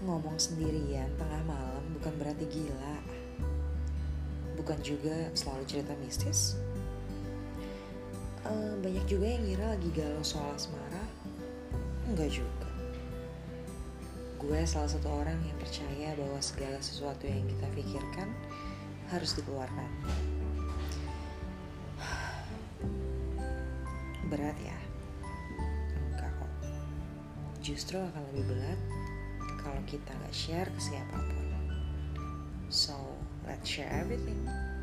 Ngomong sendirian tengah malam bukan berarti gila. Bukan juga selalu cerita mistis. Banyak juga yang ngira lagi galau soal asmara. Enggak juga. Gue salah satu orang yang percaya bahwa segala sesuatu yang kita pikirkan harus dikeluarkan. Berat ya? Enggak kok. Justru akan lebih berat kalau kita gak share ke siapapun. So, let's share everything.